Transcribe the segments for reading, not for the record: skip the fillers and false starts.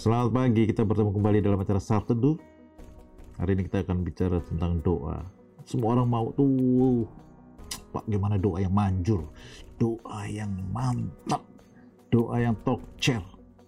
Selamat pagi, kita bertemu kembali dalam acara Saat Teduh. Hari ini kita akan bicara tentang doa. Semua orang mau tuh, Pak, gimana doa yang manjur, doa yang mantap, doa yang talk chair.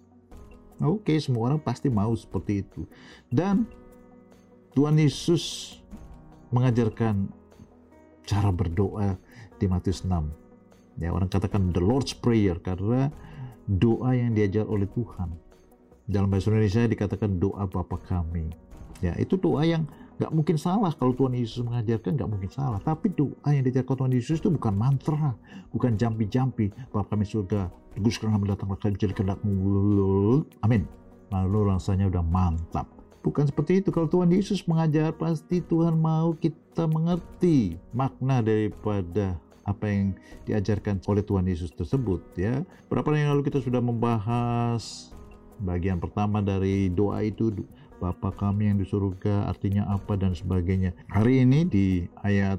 Oke, semua orang pasti mau seperti itu. Dan Tuhan Yesus mengajarkan cara berdoa di Matius 6. Ya, orang katakan the Lord's Prayer karena doa yang diajar oleh Tuhan. Dalam bahasa Indonesia dikatakan doa Bapa kami. Ya, itu doa yang nggak mungkin salah. Kalau Tuhan Yesus mengajarkan nggak mungkin salah. Tapi doa yang diajarkan Tuhan Yesus itu bukan mantra, bukan jampi-jampi. Bapa kami surga, kuduskanlah kami, datanglah kami, jadi kehendak-Mu. Amin. Lalu rasanya udah mantap. Bukan seperti itu. Kalau Tuhan Yesus mengajar, pasti Tuhan mau kita mengerti makna daripada apa yang diajarkan oleh Tuhan Yesus tersebut. Ya, berapa yang lalu kita sudah membahas bagian pertama dari doa itu, Bapa kami yang di surga, artinya apa dan sebagainya. Hari ini di ayat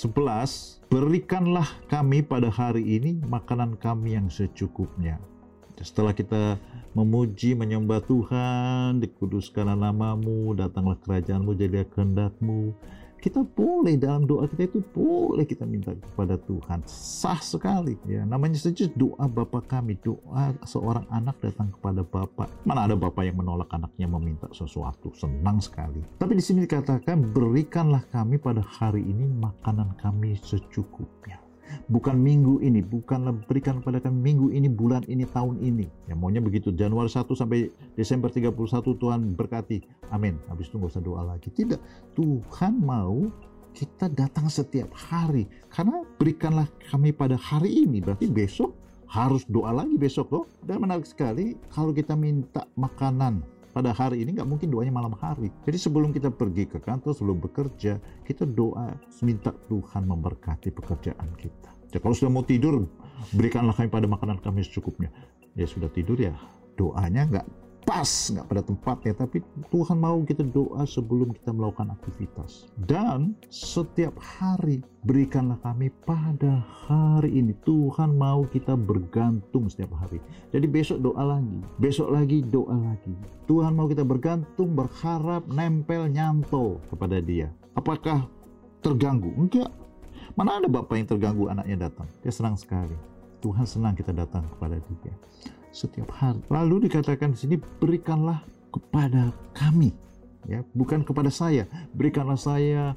11, berikanlah kami pada hari ini makanan kami yang secukupnya. Setelah kita memuji, menyembah Tuhan, dikuduskanlah nama-Mu, datanglah kerajaan-Mu, jadilah kehendak-Mu, kita boleh dalam doa kita itu boleh kita minta kepada Tuhan. Sah sekali ya. Namanya saja doa Bapa kami, doa seorang anak datang kepada Bapa. Mana ada Bapa yang menolak anaknya meminta sesuatu? Senang sekali. Tapi di sini dikatakan berikanlah kami pada hari ini makanan kami secukupnya. Bukan minggu ini, bukanlah berikan kepada kami minggu ini, bulan ini, tahun ini. Ya maunya begitu, Januari 1 sampai Desember 31 Tuhan berkati. Amin. Habis itu nggak usah doa lagi. Tidak. Tuhan mau kita datang setiap hari. Karena berikanlah kami pada hari ini. Berarti besok harus doa lagi besok loh. Dan menarik sekali kalau kita minta makanan pada hari ini, nggak mungkin doanya malam hari. Jadi sebelum kita pergi ke kantor, sebelum bekerja, kita doa, minta Tuhan memberkati pekerjaan kita. Ya, kalau sudah mau tidur, berikanlah kami pada makanan kami secukupnya. Ya sudah tidur ya, doanya nggak pas, nggak pada tempatnya. Tapi Tuhan mau kita doa sebelum kita melakukan aktivitas. Dan setiap hari, berikanlah kami pada hari ini. Tuhan mau kita bergantung setiap hari. Jadi besok doa lagi, besok lagi doa lagi. Tuhan mau kita bergantung, berharap, nempel, nyantol kepada Dia. Apakah terganggu? Enggak. Mana ada Bapak yang terganggu anaknya datang? Dia senang sekali. Tuhan senang kita datang kepada Dia setiap hari. Lalu dikatakan di sini, berikanlah kepada kami, ya, bukan kepada saya. Berikanlah saya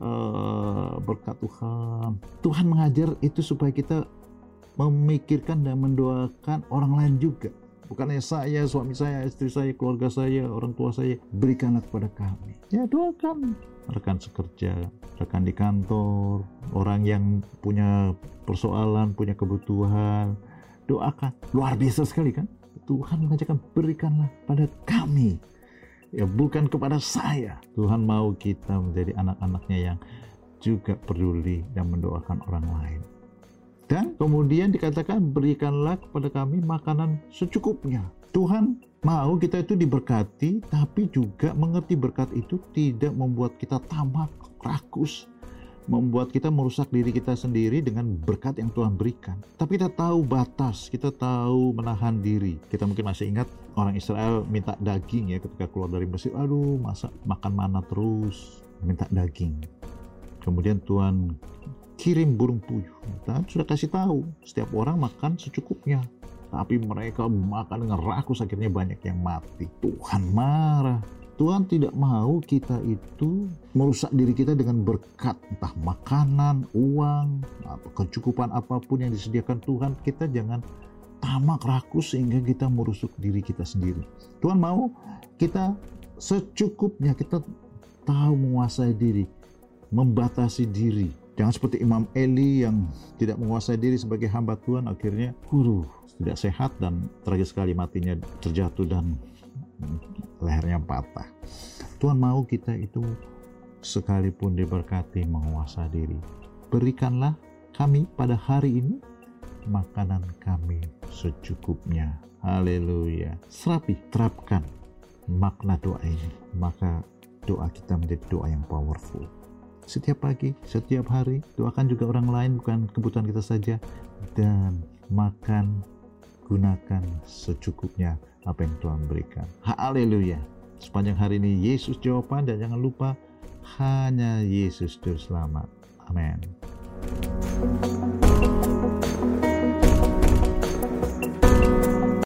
berkat Tuhan. Tuhan mengajar itu supaya kita memikirkan dan mendoakan orang lain juga. Bukan hanya saya, suami saya, istri saya, keluarga saya, orang tua saya. Berikanlah kepada kami. Ya, doakan rekan sekerja, rekan di kantor, orang yang punya persoalan, punya kebutuhan. Doakan. Luar biasa sekali kan? Tuhan mengajarkan berikanlah pada kami. Ya, bukan kepada saya. Tuhan mau kita menjadi anak-anaknya yang juga peduli dan mendoakan orang lain. Dan kemudian dikatakan berikanlah kepada kami makanan secukupnya. Tuhan mau kita itu diberkati, tapi juga mengerti berkat itu tidak membuat kita tamak, rakus, membuat kita merusak diri kita sendiri dengan berkat yang Tuhan berikan. Tapi kita tahu batas, kita tahu menahan diri. Kita mungkin masih ingat orang Israel minta daging ya ketika keluar dari Mesir. Aduh, masa makan mana terus, minta daging. Kemudian Tuhan kirim burung puyuh. Kita sudah kasih tahu, setiap orang makan secukupnya. Tapi mereka makan dengan rakus, akhirnya banyak yang mati. Tuhan marah. Tuhan tidak mau kita itu merusak diri kita dengan berkat, entah makanan, uang, kecukupan apapun yang disediakan Tuhan. Kita jangan tamak, rakus sehingga kita merusak diri kita sendiri. Tuhan mau kita secukupnya, kita tahu menguasai diri, membatasi diri. Jangan seperti Imam Eli yang tidak menguasai diri sebagai hamba Tuhan, akhirnya tidak sehat dan tragis sekali matinya, terjatuh dan lehernya patah. Tuhan mau kita itu sekalipun diberkati menguasai diri. Berikanlah kami pada hari ini makanan kami secukupnya. Haleluya. Terapkan makna doa ini, maka doa kita menjadi doa yang powerful. Setiap pagi, setiap hari, doakan juga orang lain, bukan kebutuhan kita saja. Dan makan gunakan secukupnya apa yang Tuhan berikan. Haleluya. Sepanjang hari ini Yesus jawaban, dan jangan lupa hanya Yesus Juru Selamat. Amin.